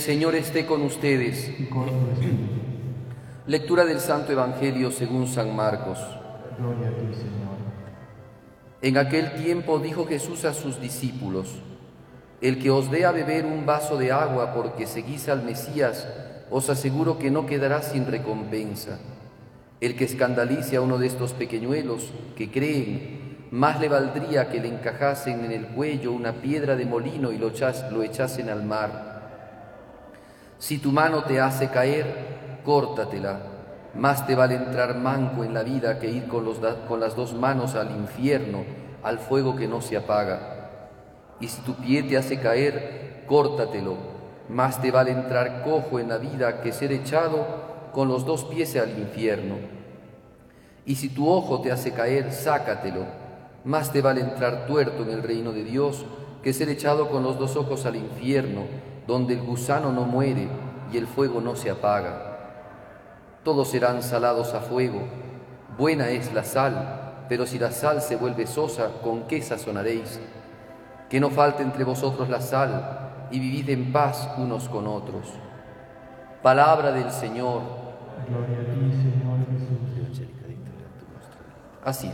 Señor esté con ustedes. Y con tu espíritu. Lectura del Santo Evangelio según San Marcos. Gloria a ti, Señor. En aquel tiempo dijo Jesús a sus discípulos: El que os dé a beber un vaso de agua porque seguís al Mesías, os aseguro que no quedará sin recompensa. El que escandalice a uno de estos pequeñuelos que creen, más le valdría que le encajasen en el cuello una piedra de molino y lo echasen al mar. Si tu mano te hace caer, córtatela. Más te vale entrar manco en la vida que ir con las dos manos al infierno, al fuego que no se apaga. Y si tu pie te hace caer, córtatelo. Más te vale entrar cojo en la vida que ser echado con los dos pies al infierno. Y si tu ojo te hace caer, sácatelo. Más te vale entrar tuerto en el reino de Dios que ser echado con los dos ojos al infierno, donde el gusano no muere y el fuego no se apaga. Todos serán salados a fuego. Buena es la sal, pero si la sal se vuelve sosa, ¿con qué sazonaréis? Que no falte entre vosotros la sal, y vivid en paz unos con otros. Palabra del Señor. Gloria a ti, Señor Jesús. Asiento.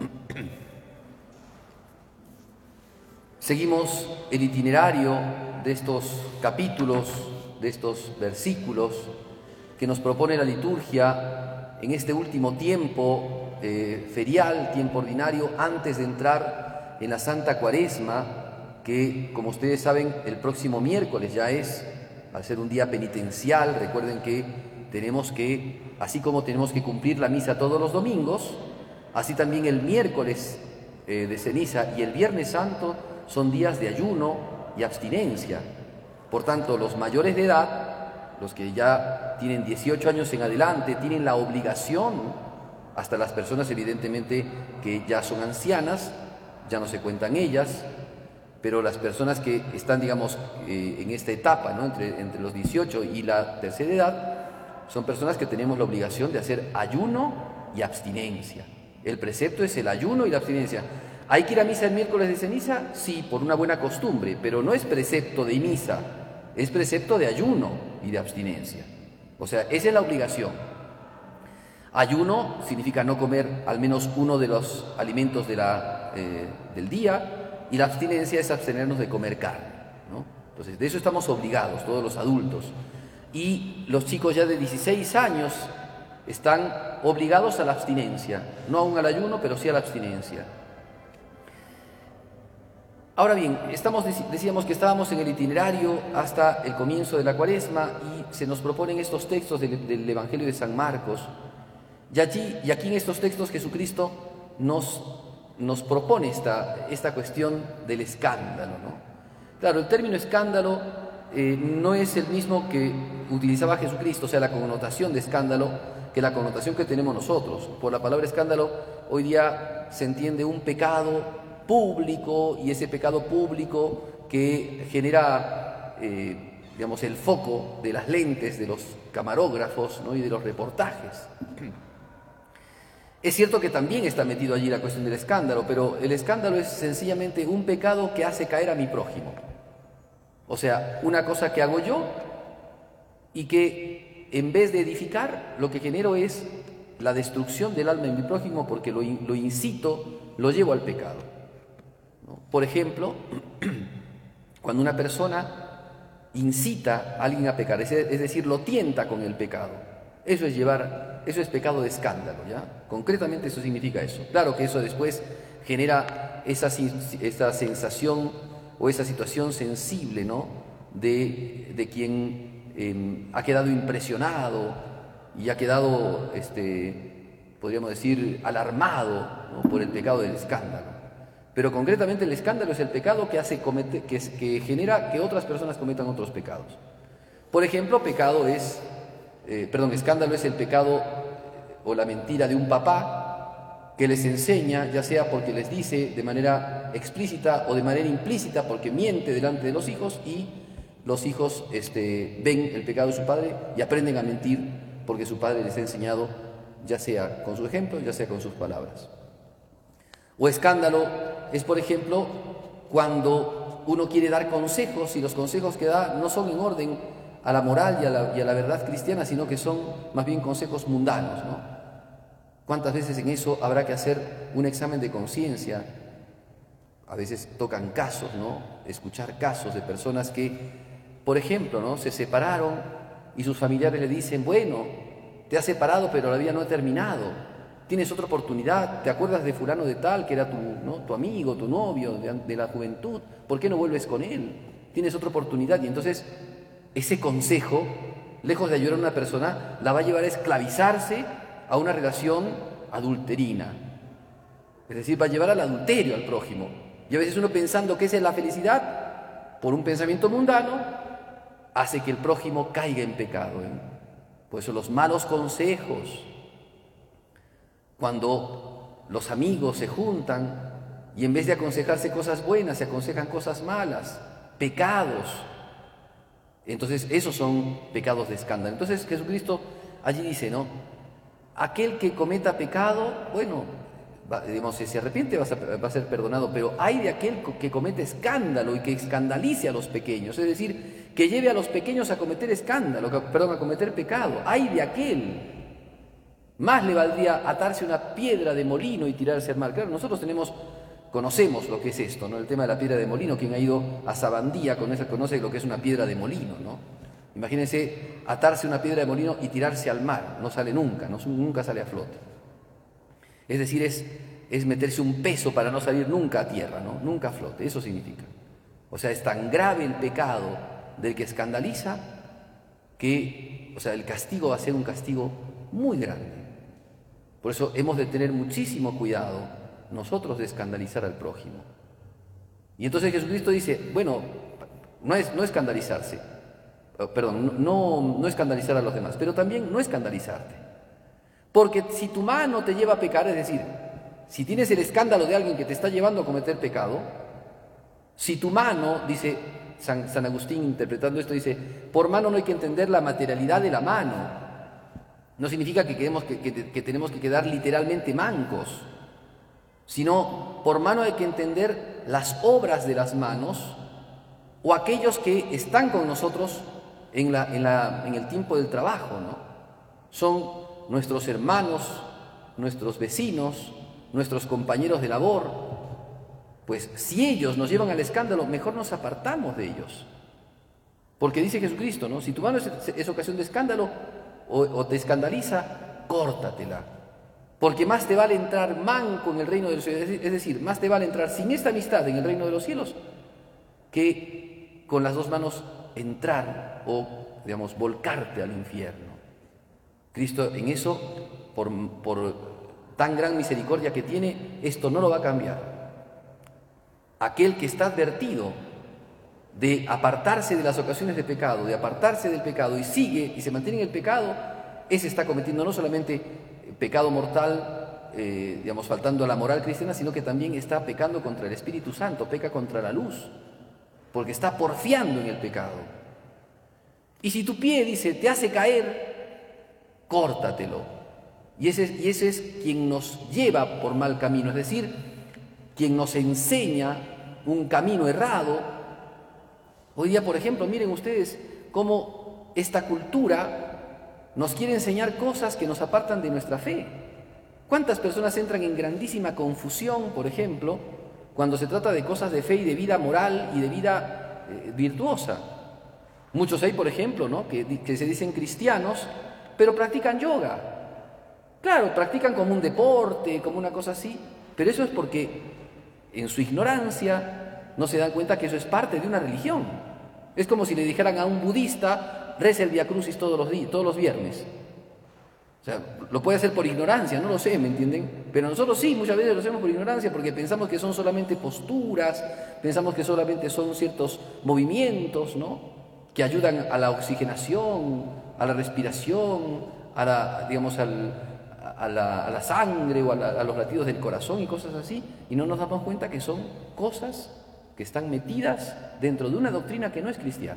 Seguimos el itinerario de estos capítulos, de estos versículos que nos propone la liturgia en este último tiempo ferial, tiempo ordinario, antes de entrar en la Santa Cuaresma, que, como ustedes saben, el próximo miércoles ya va a ser un día penitencial. Recuerden que así como tenemos que cumplir la misa todos los domingos, así también el miércoles de ceniza y el Viernes Santo son días de ayuno y abstinencia. Por tanto, los mayores de edad, los que ya tienen 18 años en adelante, tienen la obligación, hasta las personas evidentemente que ya son ancianas, ya no se cuentan ellas, pero las personas que están, digamos, en esta etapa, ¿no? entre los 18 y la tercera edad, son personas que tenemos la obligación de hacer ayuno y abstinencia. El precepto es el ayuno y la abstinencia. ¿Hay que ir a misa el miércoles de ceniza? Sí, por una buena costumbre, pero no es precepto de misa, es precepto de ayuno y de abstinencia. O sea, esa es la obligación. Ayuno significa no comer al menos uno de los alimentos del día, y la abstinencia es abstenernos de comer carne, ¿no? Entonces, de eso estamos obligados, todos los adultos. Y los chicos ya de 16 años están obligados a la abstinencia, no aún al ayuno, pero sí a la abstinencia. Ahora bien, decíamos que estábamos en el itinerario hasta el comienzo de la Cuaresma y se nos proponen estos textos del Evangelio de San Marcos. Y aquí en estos textos Jesucristo nos propone esta cuestión del escándalo, ¿no? Claro, el término escándalo no es el mismo que utilizaba Jesucristo, o sea, la connotación de escándalo, que la connotación que tenemos nosotros. Por la palabra escándalo, hoy día se entiende un pecado público, y ese pecado público que genera, digamos, el foco de las lentes de los camarógrafos, ¿no? Y de los reportajes. Es cierto que también está metido allí la cuestión del escándalo, pero el escándalo es sencillamente un pecado que hace caer a mi prójimo. O sea, una cosa que hago yo y que en vez de edificar, lo que genero es la destrucción del alma de mi prójimo, porque lo incito, lo llevo al pecado, ¿no? Por ejemplo, cuando una persona incita a alguien a pecar, es decir, lo tienta con el pecado, eso es pecado de escándalo, ¿ya? Concretamente eso significa eso. Claro que eso después genera esa sensación o esa situación sensible, ¿no? de quien ha quedado impresionado y ha quedado, podríamos decir, alarmado, ¿no? por el pecado del escándalo. Pero concretamente el escándalo es el pecado que genera que otras personas cometan otros pecados. Por ejemplo, escándalo es el pecado o la mentira de un papá que les enseña, ya sea porque les dice de manera explícita o de manera implícita, porque miente delante de los hijos, y los hijos ven el pecado de su padre y aprenden a mentir porque su padre les ha enseñado, ya sea con su ejemplo, ya sea con sus palabras. O escándalo es, por ejemplo, cuando uno quiere dar consejos y los consejos que da no son en orden a la moral y a la verdad cristiana, sino que son más bien consejos mundanos, ¿no? ¿Cuántas veces en eso habrá que hacer un examen de conciencia? A veces tocan casos, ¿no? Escuchar casos de personas que, por ejemplo, ¿no?, se separaron y sus familiares le dicen, bueno, te has separado pero la vida no ha terminado, tienes otra oportunidad, ¿te acuerdas de fulano de tal que era tu amigo, tu novio de la juventud? ¿Por qué no vuelves con él? Tienes otra oportunidad. Y entonces ese consejo, lejos de ayudar a una persona, la va a llevar a esclavizarse a una relación adulterina. Es decir, va a llevar al adulterio al prójimo. Y a veces uno, pensando que esa es la felicidad, por un pensamiento mundano, hace que el prójimo caiga en pecado, ¿eh? Por eso los malos consejos, cuando los amigos se juntan y en vez de aconsejarse cosas buenas, se aconsejan cosas malas, pecados. Entonces esos son pecados de escándalo. Entonces Jesucristo allí dice, ¿no?, aquel que cometa pecado, bueno, digamos, si se arrepiente va a ser perdonado, pero hay de aquel que comete escándalo y que escandalice a los pequeños, es decir, que lleve a los pequeños a cometer a cometer pecado. Hay de aquel. Más le valdría atarse una piedra de molino y tirarse al mar. Claro, nosotros conocemos lo que es esto, ¿no? El tema de la piedra de molino. Quien ha ido a Sabandía conoce lo que es una piedra de molino, ¿no? Imagínense atarse una piedra de molino y tirarse al mar. No sale nunca, nunca sale a flote. Es decir, es meterse un peso para no salir nunca a tierra, ¿no? Nunca a flote, eso significa. O sea, es tan grave el pecado del que escandaliza que, o sea, el castigo va a ser un castigo muy grande. Por eso hemos de tener muchísimo cuidado nosotros de escandalizar al prójimo. Y entonces Jesucristo dice, bueno, no escandalizarse, perdón, no escandalizar a los demás, pero también no escandalizarte. Porque si tu mano te lleva a pecar, es decir, si tienes el escándalo de alguien que te está llevando a cometer pecado, si tu mano, dice San Agustín interpretando esto, dice, por mano no hay que entender la materialidad de la mano. No significa que tenemos que quedar literalmente mancos, sino por mano hay que entender las obras de las manos o aquellos que están con nosotros en el tiempo del trabajo, ¿no? Son nuestros hermanos, nuestros vecinos, nuestros compañeros de labor. Pues si ellos nos llevan al escándalo, mejor nos apartamos de ellos. Porque dice Jesucristo, ¿no?, si tu mano es ocasión de escándalo o te escandaliza, córtatela. Porque más te vale entrar manco en el reino de los cielos, es decir, más te vale entrar sin esta amistad en el reino de los cielos que con las dos manos entrar o, digamos, volcarte al infierno. Cristo en eso, por tan gran misericordia que tiene, esto no lo va a cambiar. Aquel que está advertido de apartarse de las ocasiones de pecado, de apartarse del pecado y sigue y se mantiene en el pecado, ese está cometiendo no solamente pecado mortal, digamos, faltando a la moral cristiana, sino que también está pecando contra el Espíritu Santo, peca contra la luz, porque está porfiando en el pecado. Y si tu pie, dice, te hace caer, córtatelo. Y ese es quien nos lleva por mal camino, es decir, quien nos enseña un camino errado. Hoy día, por ejemplo, miren ustedes cómo esta cultura nos quiere enseñar cosas que nos apartan de nuestra fe. ¿Cuántas personas entran en grandísima confusión, por ejemplo, cuando se trata de cosas de fe y de vida moral y de vida virtuosa? Muchos hay, por ejemplo, ¿no?, que se dicen cristianos, pero practican yoga. Claro, practican como un deporte, como una cosa así, pero eso es porque en su ignorancia no se dan cuenta que eso es parte de una religión. Es como si le dijeran a un budista, reza el Vía Crucis todos los viernes. O sea, lo puede hacer por ignorancia, no lo sé, ¿me entienden? Pero nosotros sí, muchas veces lo hacemos por ignorancia porque pensamos que son solamente posturas, pensamos que solamente son ciertos movimientos, ¿no?, que ayudan a la oxigenación, a la respiración, a la sangre o a los latidos del corazón y cosas así, y no nos damos cuenta que son cosas que están metidas dentro de una doctrina que no es cristiana.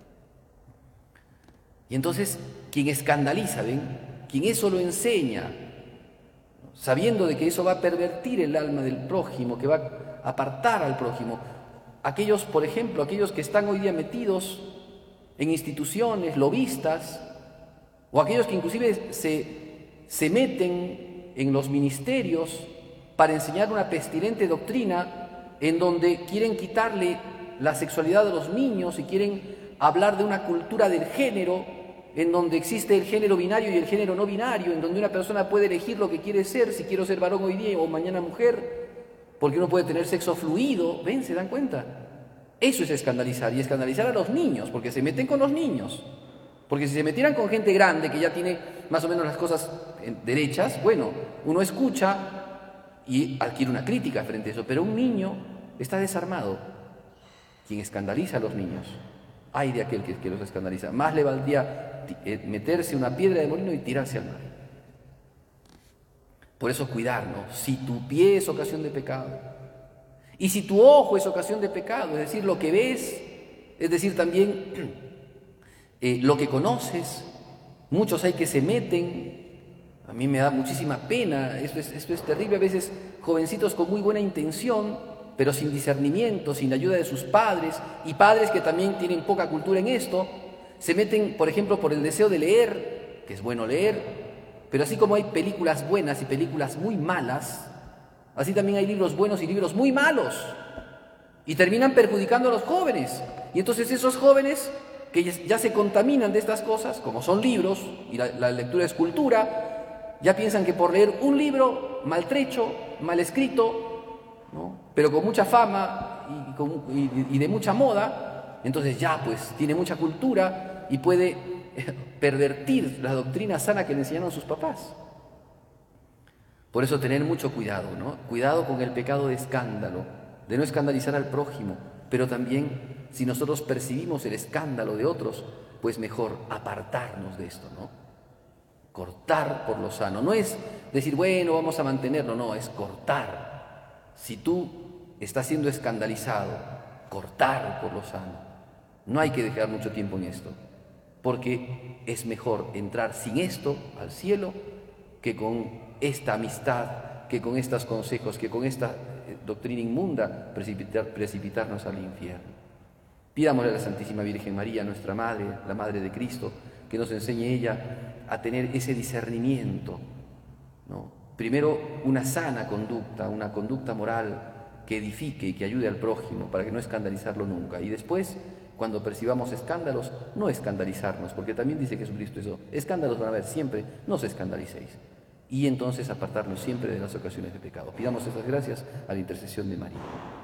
Y entonces, quien escandaliza, ¿ven?, quien eso lo enseña, sabiendo de que eso va a pervertir el alma del prójimo, que va a apartar al prójimo, aquellos, por ejemplo, aquellos que están hoy día metidos en instituciones, lobistas, o aquellos que inclusive se meten en los ministerios para enseñar una pestilente doctrina en donde quieren quitarle la sexualidad de los niños y quieren hablar de una cultura del género, en donde existe el género binario y el género no binario, en donde una persona puede elegir lo que quiere ser, si quiero ser varón hoy día o mañana mujer, porque uno puede tener sexo fluido. ¿Ven? ¿Se dan cuenta? Eso es escandalizar, y escandalizar a los niños, porque se meten con los niños. Porque si se metieran con gente grande que ya tiene más o menos las cosas derechas, bueno, uno escucha y adquiere una crítica frente a eso, pero un niño está desarmado. Quien escandaliza a los niños, ay de aquel que los escandaliza, más le valdría meterse una piedra de molino y tirarse al mar. Por eso cuidarnos. Si tu pie es ocasión de pecado, y si tu ojo es ocasión de pecado, es decir, lo que ves, es decir, también lo que conoces, muchos hay que se meten. A mí me da muchísima pena, esto es terrible, a veces jovencitos con muy buena intención, pero sin discernimiento, sin ayuda de sus padres, y padres que también tienen poca cultura en esto, se meten, por ejemplo, por el deseo de leer, que es bueno leer, pero así como hay películas buenas y películas muy malas, así también hay libros buenos y libros muy malos, y terminan perjudicando a los jóvenes. Y entonces esos jóvenes que ya se contaminan de estas cosas, como son libros, y la lectura es cultura, ya piensan que por leer un libro maltrecho, mal escrito, ¿no?, pero con mucha fama y de mucha moda, entonces ya pues tiene mucha cultura y puede pervertir la doctrina sana que le enseñaron sus papás. Por eso tener mucho cuidado, ¿no? Cuidado con el pecado de escándalo, de no escandalizar al prójimo, pero también si nosotros percibimos el escándalo de otros, pues mejor apartarnos de esto, ¿no? Cortar por lo sano. No es decir, bueno, vamos a mantenerlo, no, es cortar. Si tú estás siendo escandalizado, cortar por lo sano. No hay que dejar mucho tiempo en esto, porque es mejor entrar sin esto al cielo que con esta amistad, que con estos consejos, que con esta doctrina inmunda precipitarnos al infierno. Pidámosle a la Santísima Virgen María, nuestra Madre, la Madre de Cristo, que nos enseñe ella a tener ese discernimiento, ¿no? Primero, una sana conducta, una conducta moral que edifique y que ayude al prójimo para que no escandalizarlo nunca. Y después, cuando percibamos escándalos, no escandalizarnos, porque también dice Jesucristo eso, escándalos van a haber siempre, no os escandalicéis. Y entonces apartarnos siempre de las ocasiones de pecado. Pidamos estas gracias a la intercesión de María.